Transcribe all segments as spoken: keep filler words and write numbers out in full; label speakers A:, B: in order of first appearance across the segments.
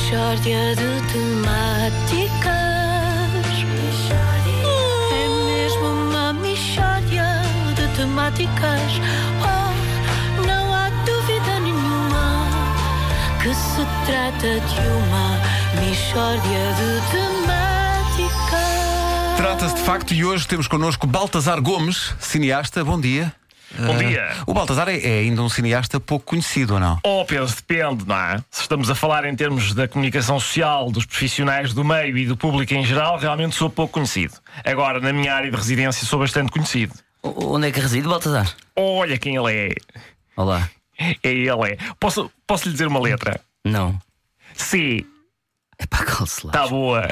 A: Mixórdia de temáticas. É mesmo uma mixórdia de temáticas. Oh, não há dúvida nenhuma que se trata de uma mixórdia de temáticas.
B: Trata-se de facto, e hoje temos connosco Baltasar Gomes, cineasta. Bom dia.
C: Bom dia.
B: Uh, o Baltasar é, é ainda um cineasta pouco conhecido, ou não?
C: Oh, Pedro, depende, não é? Se estamos a falar em termos da comunicação social, dos profissionais do meio e do público em geral, realmente sou pouco conhecido. Agora, na minha área de residência, sou bastante conhecido.
D: O- Onde é que reside, Baltasar?
C: Olha quem ele é.
D: Olá.
C: É ele, é. Posso, posso lhe dizer uma letra?
D: Não.
C: C.
D: É para calce lá.
C: Está boa.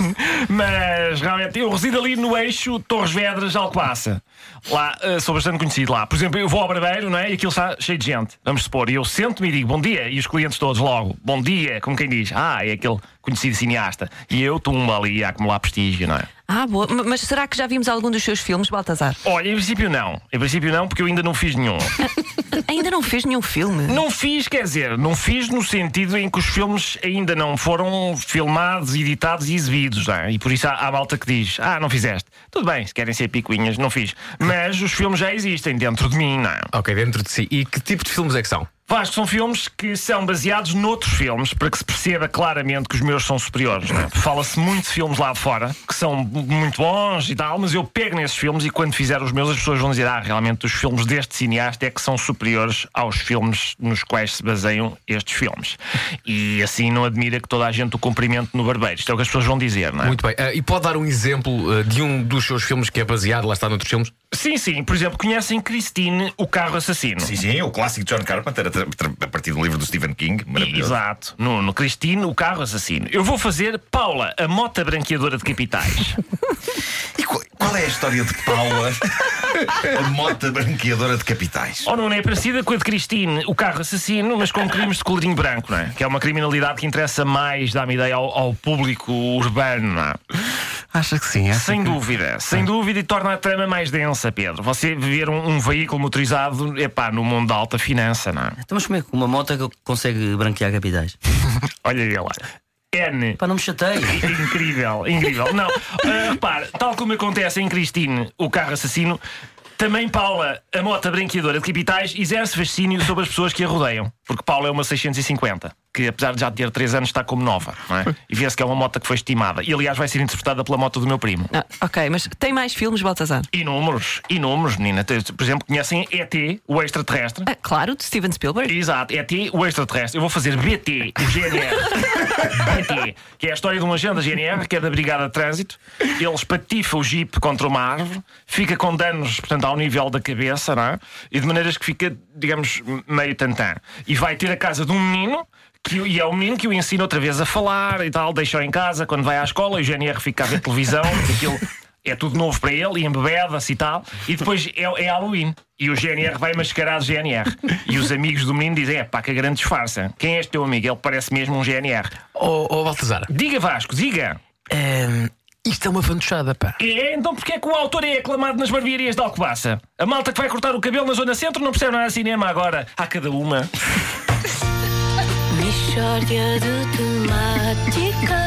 C: Mas realmente eu resido ali no eixo Torres Vedras, Alcobaça. Lá uh, sou bastante conhecido lá. Por exemplo, eu vou ao barbeiro, não é? E aquilo está cheio de gente. Vamos supor. E eu sento-me e digo bom dia. E os clientes todos logo, bom dia. Como quem diz, ah, é aquele conhecido cineasta. E eu tumbo ali a acumular prestígio, não é?
E: Ah, boa. M- Mas será que já vimos algum dos seus filmes, Baltasar?
C: Olha, em princípio não. Em princípio não, porque eu ainda não fiz nenhum.
E: Ainda não fez nenhum filme?
C: Não fiz, quer dizer, não fiz no sentido em que os filmes ainda não foram filmados, editados e exibidos, não é? E por isso há, há malta que diz, ah, não fizeste. Tudo bem, se querem ser picuinhas, não fiz. Mas os filmes já existem dentro de mim, não é?
F: Ok, dentro de si. E que tipo de filmes é que são?
C: Vasco, são filmes que são baseados noutros filmes para que se perceba claramente que os meus são superiores, não é? Fala-se muito de filmes lá de fora que são muito bons e tal, mas eu pego nesses filmes e quando fizer os meus as pessoas vão dizer, ah, realmente os filmes deste cineasta é que são superiores aos filmes nos quais se baseiam estes filmes. E assim não admira que toda a gente o cumprimente no barbeiro. Isto é o que as pessoas vão dizer, não é?
F: Muito bem. Ah, e pode dar um exemplo ah, de um dos seus filmes que é baseado, lá está, noutros filmes?
C: Sim, sim. Por exemplo, conhecem Christine, o carro assassino?
G: Sim, sim, o clássico de John Carpenter, a a partir do livro do Stephen King, maravilhoso.
C: Exato, no, no Christine, o carro assassino. Eu vou fazer Paula, a mota branqueadora de capitais.
G: E qual, qual é a história de Paula, a mota branqueadora de capitais?
C: Ou não é parecida com a de Christine, o carro assassino, mas com crimes de colorinho branco, não é? Que é uma criminalidade que interessa mais, dá-me ideia, ao, ao público urbano, não é?
B: Acha que sim, acha
C: Sem
B: que...
C: dúvida, sem dúvida, e torna a trama mais densa, Pedro. Você ver um, um veículo motorizado, epá, no mundo da alta finança, não é?
D: Então, mas como é que uma moto é que consegue branquear capitais?
C: Olha ele lá. N.
D: Pá, não me chateie.
C: Incrível, incrível. Não, uh, repare, tal como acontece em Christine, o carro assassino, também Paula, a mota branqueadora de capitais, exerce fascínio sobre as pessoas que a rodeiam. Porque Paula é uma seiscentos e cinquenta, que apesar de já ter três anos está como nova, não é? E vê-se que é uma moto que foi estimada. E aliás vai ser interpretada pela moto do meu primo.
E: Ah, ok, mas tem mais filmes, Baltasar?
C: Inúmeros, inúmeros, menina. Por exemplo, conhecem E T, o extraterrestre?
E: Ah, claro, de Steven Spielberg.
C: Exato, E T, o extraterrestre. Eu vou fazer B T, o G N R. B T, que é a história de um agente da G N R, que é da Brigada de Trânsito. Ele espatifa o jeep contra uma árvore, fica com danos, portanto, ao nível da cabeça, não é? E de maneiras que fica, digamos, meio tantã. E vai ter a casa de um menino, que, e é o menino que o ensina outra vez a falar e tal, deixa-o em casa quando vai à escola, e o G N R fica a ver televisão, aquilo é tudo novo para ele, e embebeda-se e tal, e depois é, é Halloween. E o G N R vai mascarado de G N R. E os amigos do menino dizem, é pá, que grande disfarça. Quem é este teu amigo? Ele parece mesmo um G N R.
F: Oh, oh Baltasar,
C: Diga, Vasco, diga.
F: ehm, isto é uma fantochada, pá.
C: É, então porque é que o autor é aclamado nas barbearias de Alcobaça? A malta que vai cortar o cabelo na zona centro não percebe nada de cinema agora. Há cada uma.
A: Mixórdia de temáticas.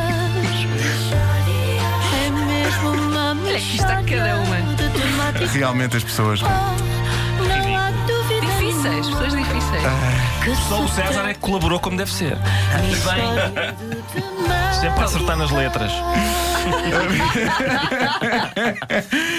A: É mesmo uma
E: que isto há cada uma.
A: mixórdia de temáticas.
B: Realmente as pessoas...
A: Oh, não há dúvida
E: Difíceis, pessoas difíceis.
A: que
C: Só o
A: se
C: César é que colaborou como deve ser.
A: Mixórdia de temáticas.
C: Sempre a acertar nas letras.